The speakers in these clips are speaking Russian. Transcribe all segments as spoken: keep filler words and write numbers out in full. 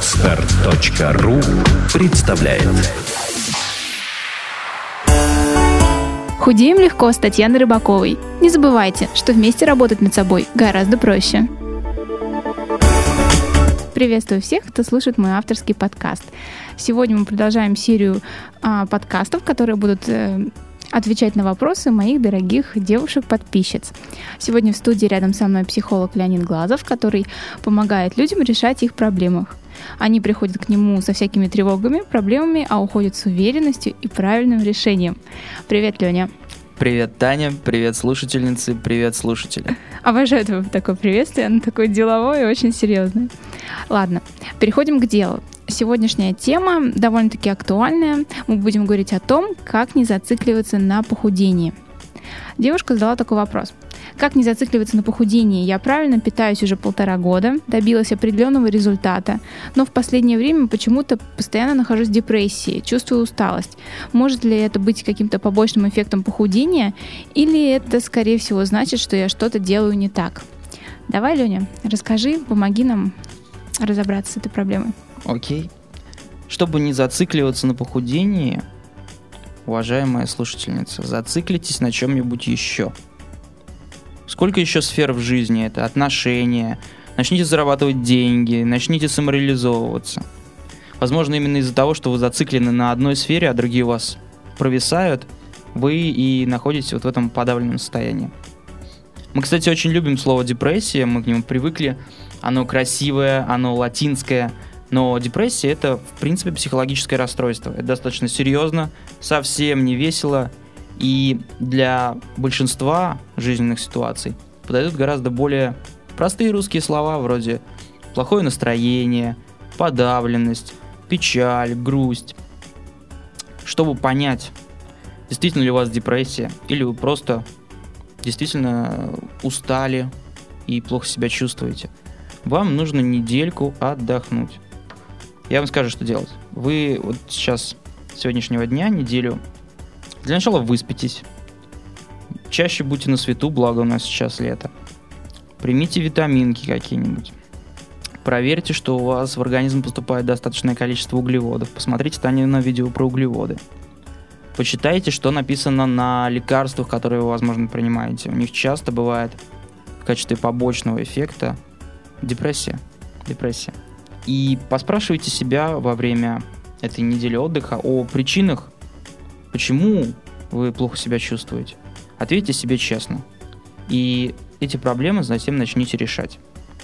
Подстер точка ру представляет. Худеем легко с Татьяной Рыбаковой. Не забывайте, что вместе работать над собой гораздо проще. Приветствую всех, кто слушает мой авторский подкаст. Сегодня мы продолжаем серию а, подкастов, которые будут э, отвечать на вопросы моих дорогих девушек-подписчиц. Сегодня в студии рядом со мной психолог Леонид Глазов, который помогает людям решать их проблемы. Они приходят к нему со всякими тревогами, проблемами, а уходят с уверенностью и правильным решением. Привет, Леня. Привет, Таня, привет, слушательницы, привет, слушатели. Обожаю твое такое приветствие, оно такое деловое и очень серьезное. Ладно, переходим к делу. Сегодняшняя тема довольно-таки актуальная. Мы будем говорить о том, как не зацикливаться на похудении. Девушка задала такой вопрос. Как не зацикливаться на похудении? Я правильно питаюсь уже полтора года, добилась определенного результата, но в последнее время почему-то постоянно нахожусь в депрессии, чувствую усталость. Может ли это быть каким-то побочным эффектом похудения, или это, скорее всего, значит, что я что-то делаю не так? Давай, Леня, расскажи, помоги нам разобраться с этой проблемой. Окей. Чтобы не зацикливаться на похудении, уважаемая слушательница, зациклитесь на чем-нибудь еще. Сколько еще сфер в жизни? Это отношения. Начните зарабатывать деньги, начните самореализовываться. Возможно, именно из-за того, что вы зациклены на одной сфере, а другие у вас провисают, вы и находитесь вот в этом подавленном состоянии. Мы, кстати, очень любим слово депрессия, мы к нему привыкли. Оно красивое, оно латинское. Но депрессия — это, в принципе, психологическое расстройство. Это достаточно серьезно, совсем не весело. И для большинства жизненных ситуаций подойдут гораздо более простые русские слова, вроде плохое настроение, подавленность, печаль, грусть. Чтобы понять, действительно ли у вас депрессия, или вы просто действительно устали и плохо себя чувствуете, вам нужно недельку отдохнуть. Я вам скажу, что делать. Вы вот сейчас, с сегодняшнего дня, неделю, для начала выспитесь. Чаще будьте на свету, благо у нас сейчас лето. Примите витаминки какие-нибудь. Проверьте, что у вас в организм поступает достаточное количество углеводов. Посмотрите Танина видео про углеводы. Почитайте, что написано на лекарствах, которые вы, возможно, принимаете. У них часто бывает в качестве побочного эффекта депрессия. Депрессия. И поспрашивайте себя во время этой недели отдыха о причинах, почему вы плохо себя чувствуете. Ответьте себе честно. И эти проблемы затем начните решать.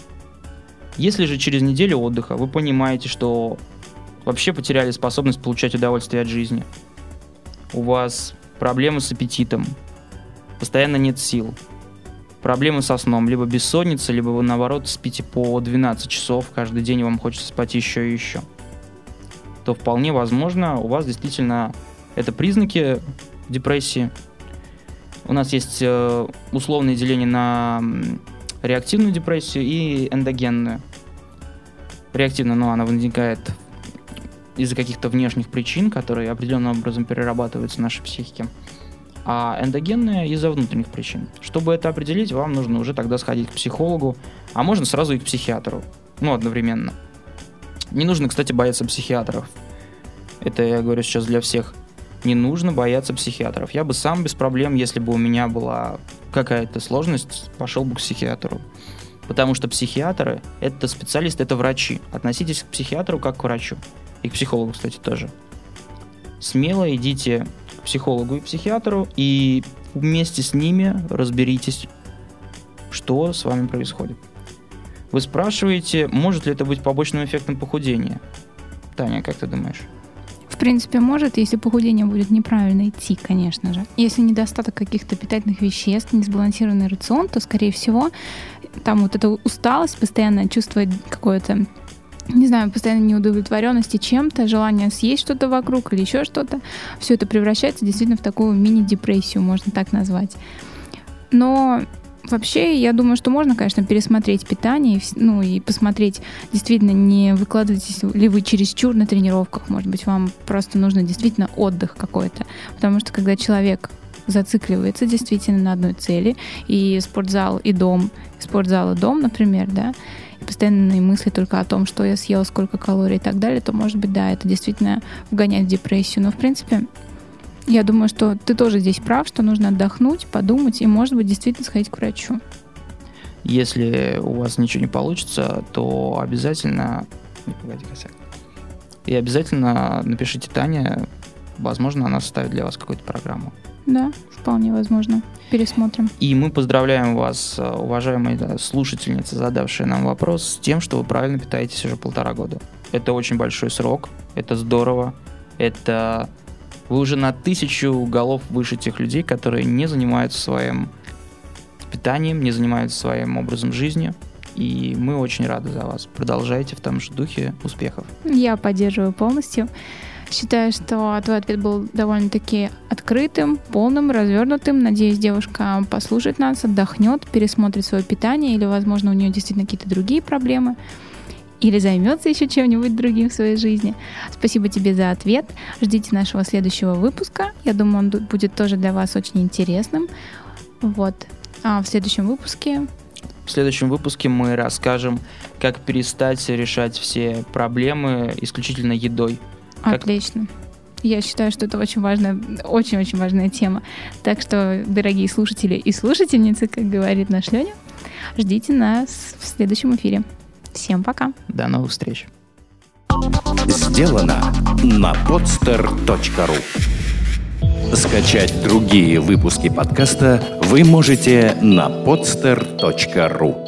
Если же через неделю отдыха вы понимаете, что вообще потеряли способность получать удовольствие от жизни, у вас проблемы с аппетитом, постоянно нет сил, проблемы со сном, либо бессонница, либо вы, наоборот, спите по двенадцать часов, каждый день вам хочется спать еще и еще, то вполне возможно, у вас действительно это признаки депрессии. У нас есть э, условное деление на реактивную депрессию и эндогенную. Реактивная, ну, она возникает из-за каких-то внешних причин, которые определенным образом перерабатываются в нашей психике. А эндогенная из-за внутренних причин. Чтобы это определить, вам нужно уже тогда сходить к психологу, а можно сразу и к психиатру. Ну, одновременно. Не нужно, кстати, бояться психиатров. Это я говорю сейчас для всех. Не нужно бояться психиатров. Я бы сам без проблем, если бы у меня была какая-то сложность, пошел бы к психиатру. Потому что психиатры – это специалисты, это врачи. Относитесь к психиатру как к врачу. И к психологу, кстати, тоже. Смело идите к психологу и психиатру и вместе с ними разберитесь, что с вами происходит. Вы спрашиваете, может ли это быть побочным эффектом похудения. Таня, как ты думаешь? В принципе, может, если похудение будет неправильно идти, конечно же. Если недостаток каких-то питательных веществ, несбалансированный рацион, то, скорее всего, там вот эта усталость, постоянное чувство какое-то, не знаю, постоянной неудовлетворенности чем-то, желание съесть что-то вокруг или еще что-то, все это превращается действительно в такую мини-депрессию, можно так назвать. Но вообще, я думаю, что можно, конечно, пересмотреть питание, ну и посмотреть, действительно, не выкладываетесь ли вы чересчур на тренировках, может быть, вам просто нужно действительно отдых какой-то, потому что когда человек зацикливается действительно на одной цели, и спортзал, и дом, спортзал, и дом, например, да, и постоянные мысли только о том, что я съел, сколько калорий и так далее, то, может быть, да, это действительно вгоняет в депрессию. Но, в принципе, я думаю, что ты тоже здесь прав, что нужно отдохнуть, подумать и, может быть, действительно сходить к врачу. Если у вас ничего не получится, то обязательно... Погоди, косяк. И обязательно напишите Тане, возможно, она составит для вас какую-то программу. Да, вполне возможно. Пересмотрим. И мы поздравляем вас, уважаемые слушательницы, задавшие нам вопрос, с тем, что вы правильно питаетесь уже полтора года. Это очень большой срок, это здорово, это... Вы уже на тысячу голов выше тех людей, которые не занимаются своим питанием, не занимаются своим образом жизни. И мы очень рады за вас. Продолжайте в том же духе. Успехов. Я поддерживаю полностью. Считаю, что твой ответ был довольно-таки открытым, полным, развернутым. Надеюсь, девушка послушает нас, отдохнет, пересмотрит свое питание, или, возможно, у нее действительно какие-то другие проблемы. Или займется еще чем-нибудь другим в своей жизни. Спасибо тебе за ответ. Ждите нашего следующего выпуска. Я думаю, он будет тоже для вас очень интересным. Вот. А в следующем выпуске... В следующем выпуске мы расскажем, как перестать решать все проблемы исключительно едой. Отлично. Как... Я считаю, что это очень важная, очень-очень важная тема. Так что, дорогие слушатели и слушательницы, как говорит наш Леня, ждите нас в следующем эфире. Всем пока. До новых встреч. Сделано на подстер точка ру. Скачать другие выпуски подкаста вы можете на подстер точка ру.